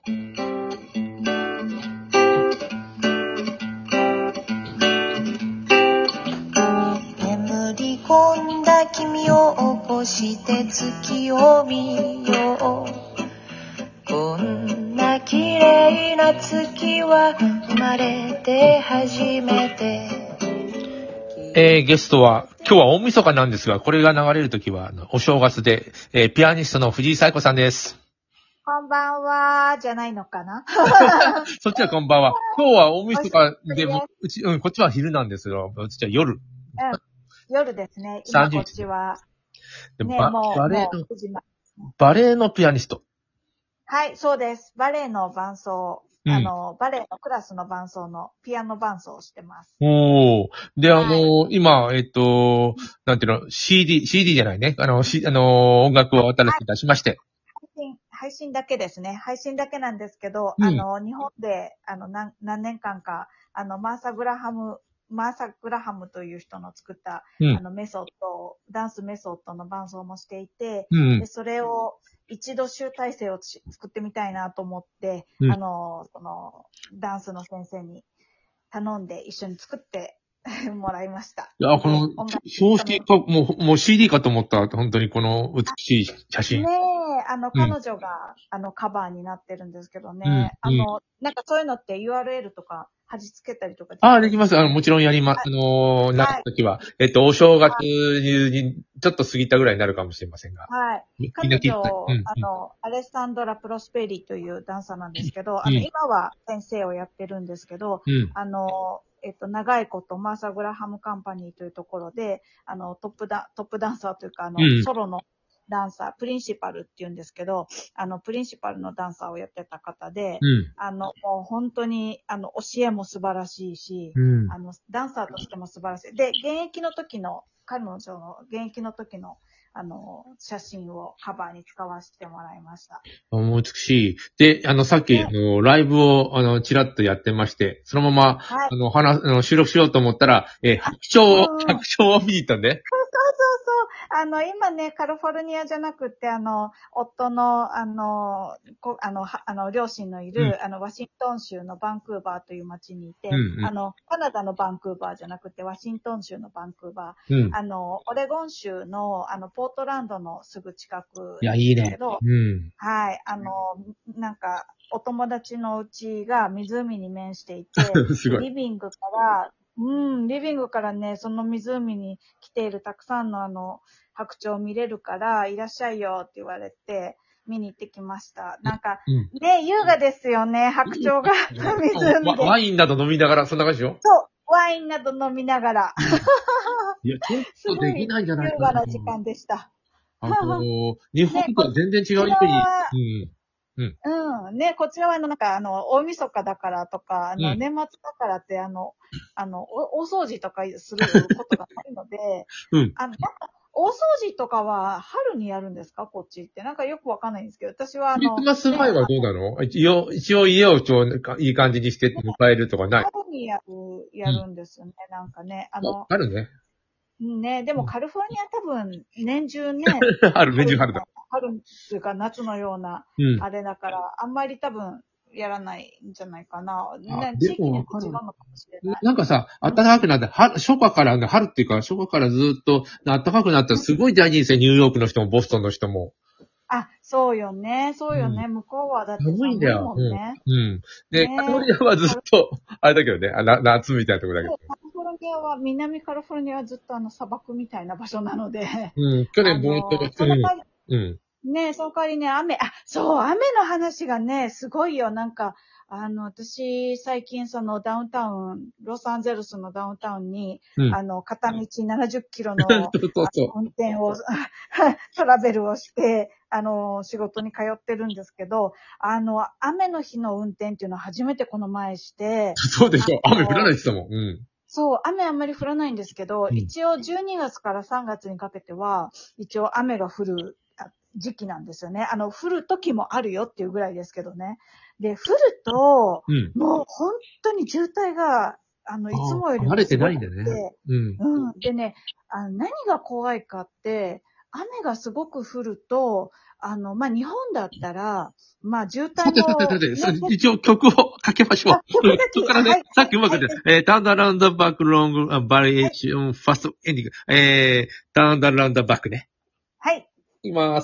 眠り込んだ君を起こして月を見よう。こんな綺麗な月は生まれて初めて。 ゲストは、今日は大晦日なんですが、これが流れるときは、お正月で、ピアニストの藤井彩子さんです。 こんばんは、じゃないのかなそっちはこんばんは。今日は大晦日でも、こっちは昼なんですよ。うちは夜。 夜ですね。今こっちは。ね、もう9時前。 バレエのピアニスト。 はい、そうです。バレエの伴奏。バレエのクラスの伴奏のピアノ伴奏をしてます。 おー。で、今、なんていうの、CD じゃないね。音楽を新しく出しまして。 配信だけですね。配信だけなんですけど、日本で、何年間か、マーサ・グラハムという人の作った、メソッド、ダンスメソッドの伴奏もしていて、でそれを一度集大成を作ってみたいなと思って、その、ダンスの先生に頼んで一緒に作ってもらいました。 いや、この、標識か、もう CD かと思った。本当にこの美しい写真。 ねえ、彼女が、カバーになってるんですけどね。なんかそういうのって URL とか、貼り付けたりとかできます。もちろんやります。流すときは、お正月にちょっと過ぎたぐらいになるかもしれませんが。 はい。彼女、アレッサンドラ・プロスペリというダンサーなんですけど、今は先生をやってるんですけど、長いことマーサ・グラハムカンパニーというところで、トップダンサーというか、ソロのダンサー、プリンシパルって言うんですけど、プリンシパルのダンサーをやってた方で、もう本当に、教えも素晴らしいし、ダンサーとしても素晴らしい。で、彼女の現役の時の、写真をカバーに使わせてもらいました。 美しい。で、さっき、ライブを、ちらっとやってまして、そのまま、収録しようと思ったら、白鳥を見に行ったんで。 今ね、カリフォルニアじゃなくて、夫の、両親のいる、ワシントン州のバンクーバーという町にいて、カナダのバンクーバーじゃなくて、ワシントン州のバンクーバー、オレゴン州の、ポートランドのすぐ近くなんですけど、はい、なんか、お友達のうちが湖に面していて、リビングからね、その湖に来ているたくさんの白鳥を見れるから、いらっしゃいよって言われて、見に行ってきました。なんか、ね、優雅ですよね、白鳥が湖で。 ワインなど飲みながら、そんな感じよ。 そう、ワインなど飲みながら。 いや、ちょっとできないんじゃないかな。優雅な時間でした。 日本とは全然違う意味ね、こちらはなんか、大晦日だからとか、年末だからって、大掃除とかすることがないので、なんか、大掃除とかは春にやるんですかこっちって。なんかよくわかんないんですけど、私はクリスマス前はどうなの？一応家をいい感じにして迎えるとかない？ 春にやるんですよね、なんかね。 春ね。 ね、でもカリフォルニア多分年中ね。 年中春だ。 春っていうか夏のような、あれだから、あんまり多分やらないんじゃないかな。地域によって違うのかもしれない。 なんかさ、暖かくなって、初夏からずっと暖かくなったらすごい大事ですよ、ニューヨークの人もボストンの人も。 そうよね。向こうはだって寒いもんね。 で、カリフォルニアはずっと、あれだけどね、夏みたいなところだけど。 南カリフォルニアはずっと砂漠みたいな場所なので。 去年ぼーっと、 ね、その代わりね、雨の話がね、すごいよ。なんか、私、最近ダウンタウン、ロサンゼルスのダウンタウンに、片道70キロの運転を、トラベルをして、仕事に通ってるんですけど、雨の日の運転っていうのは初めてこの前して、 そうでしょ。雨降らないって言ったもん。 そう、雨あんまり降らないんですけど、一応12月から3月にかけては、一応雨が降る時期なんですよね。降る時もあるよっていうぐらいですけどね。で、降ると、もう本当に渋滞が、いつもよりも晴れてないんだね。 でね、何が怖いかって、雨がすごく降ると、 まあ、日本だったら、まあ、渋滞も、 一応曲をかけましょう。そこからね、さっきうまく言った、ターンダラウンドバックロングバリエーションファストエンディング。ターンダラウンドバックね。 はい。 いきます。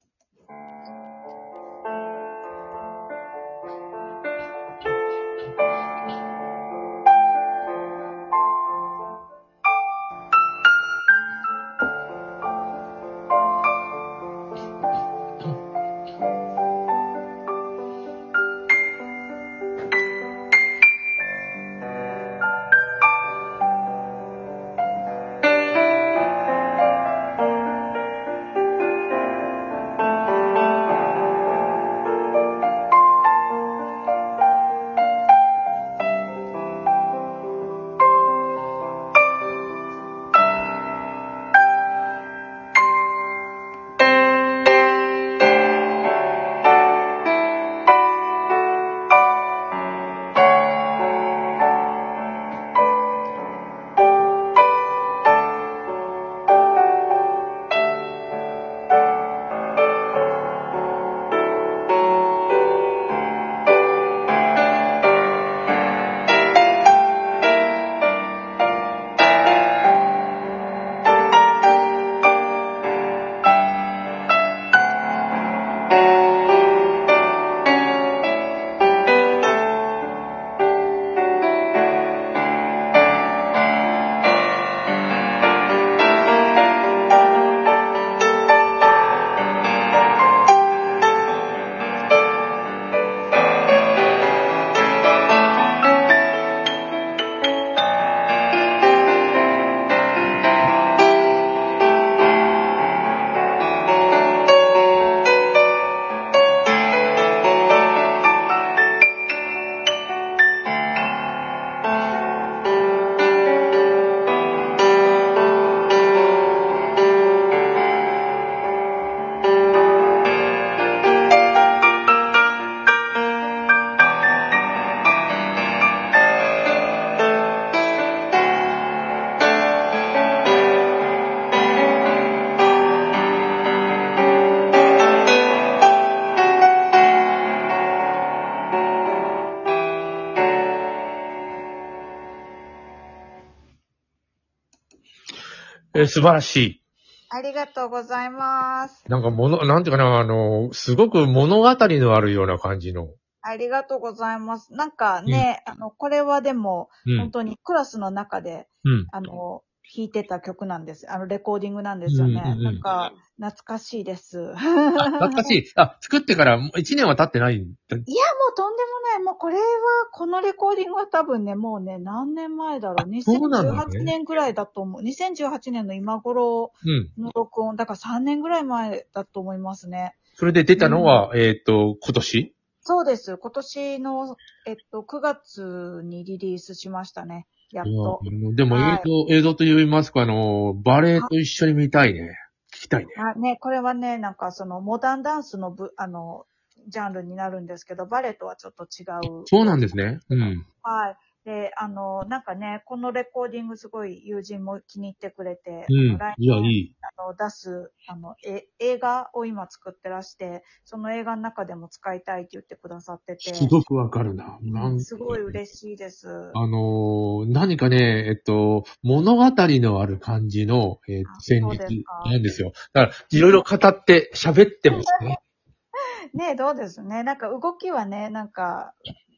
素晴らしい。 ありがとうございます。 なんていうかな、すごく物語のあるような感じの。 ありがとうございます。なんかね、これはでも、本当にクラスの中で、弾いてた曲なんです。レコーディングなんですよね。なんか、懐かしいです。 懐かしい。作ってから1年は経ってない。いや、もうとんでもない。もうこれは、このレコーディングは多分ね、もうね、何年前だろう。2018年ぐらいだと思う。2018年の今頃の録音。だから3年ぐらい前だと思いますね。 それで出たのは、今年？ そうです。今年の、9月にリリースしましたね。やっと。 でも映像と言いますか、バレエと一緒に見たいね。聞きたいね。 これはね、なんかモダンダンスのジャンルになるんですけど、バレエとはちょっと違う。 そうなんですね。 はい。で、なんかね、このレコーディングすごい友人も気に入ってくれて、 いや、いい。 出す、映画を今作ってらして、その映画の中でも使いたいって言ってくださってて。 すごくわかるな。 すごい嬉しいです。 何かね、物語のある感じの、旋律なんですよ。だから、いろいろ語って喋ってますね。 ね、どうですね。なんか動きはね、なんか、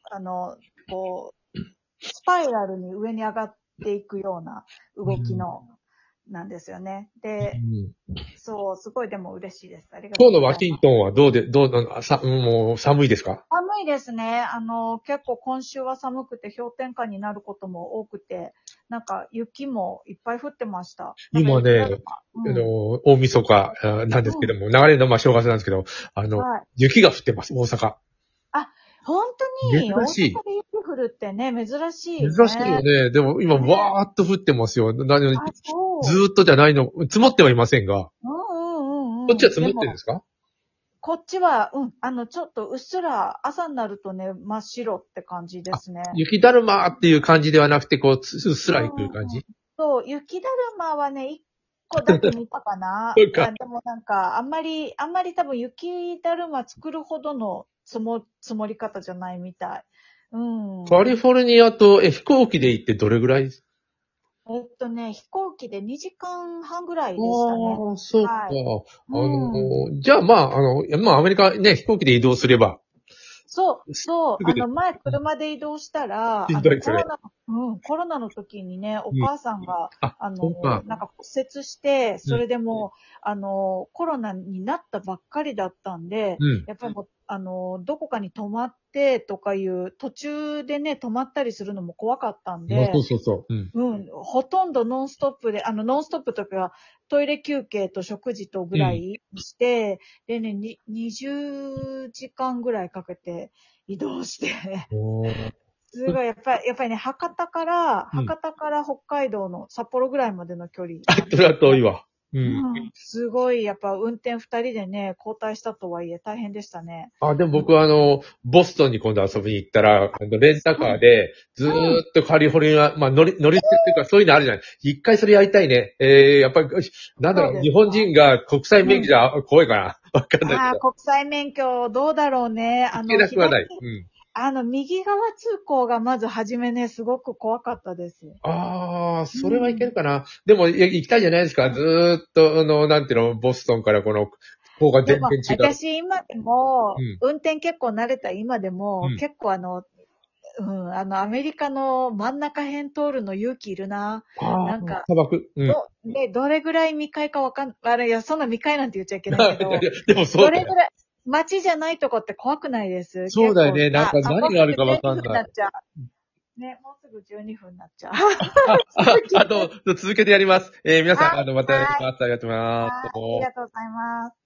スパイラルに上に上がっていくような動きの、なんですよね。で、そう、すごいでも嬉しいです。ありがとうございます。今日のワシントンはもう寒いですか？ 寒いですね。結構今週は寒くて氷点下になることも多くて、なんか雪もいっぱい降ってました。 今ね、大晦日なんですけども、流れの正月なんですけど、雪が降ってます、大阪。 本当に、 珍しい。 大阪で雪降るってね、珍しいよね。 珍しいよね。でも今、わーっと降ってますよ。ずーっとじゃないの、積もってはいませんが。こっちは積もってるんですか？ こっちは、ちょっとうっすら、朝になるとね、真っ白って感じですね。 雪だるまっていう感じではなくて、うっすら行く感じ？ そう、雪だるまはね、 個だけ見たかな。 そうかでもなんか、あんまり多分雪だるま作るほどの積もり方じゃないみたい。うん。 カリフォルニアと、飛行機で行ってどれぐらい？ 飛行機で2時間半ぐらいでしたね。 ああ、そうか。 はい。うん。 じゃあまあ、まあアメリカね、飛行機で移動すれば。 そう。 すぐで前車で移動したら、 しんどい、それ。 コロナの時にね、お母さんが、 あ、そうか。 なんか骨折して、そうん。 れでもう、コロナになったばっかりだったんで、 うん。 やっぱりもう、どこかに泊まってとかいう、途中でね、泊まったりするのも怖かったんそうで、 そうそう。うん。 ほとんどノンストップで、ノンストップとかトイレ休憩と食事とぐらいして、でね、20時間ぐらいかけて移動して、 おー。 すごい、やっぱりね、 うん。 博多から北海道の札幌ぐらいまでの距離あ、 なんそれはですけど、 遠いわ。うん。 すごい、やっぱ運転二人でね、交代したとはいえ大変でしたね。 あ、でもうん。 僕はボストンに今度遊びに行ったら、レンタカーで、ずーっうん。 とカリフォルニア、まあ乗り捨てっていうか、そういうのあるじゃない。一回それやりたいね。やっぱり、なんだろう、 そうです日本人が国際免許うん。 じゃ怖いかな。わかんないけああ、 ど。 国際免許、どうだろうね。 いけなくはない。うん。 右側通行がまず初めね、すごく怖かったです。 ああ、それはいけうん。 るかな。でも、行きたいじゃないですか。ずーっと、なんていうの、ボストンからこの、方がでも、 全然違う。 私今でも、 うん。 運転結構慣れた今でも、 うん。 結構アメリカの真ん中辺通るの勇気いるな。 ああ、 なんか、 砂漠。うん。 どれぐらい未開かあれ、いや、そんな未開なんて言っちゃいけないけいやいど、 や、でもそうだよ。 どれぐらい、街じゃないとこって怖くないです。結構、 そうだよね。なんかもうすぐ何があるかわ 12分かんない。 になっちゃう。ね、もうすぐ12分になっちゃう。 あと、続けてやります。皆さん、 はい、 またやりはい、 ます。ありがとうございます。 はい、ありがとうございます。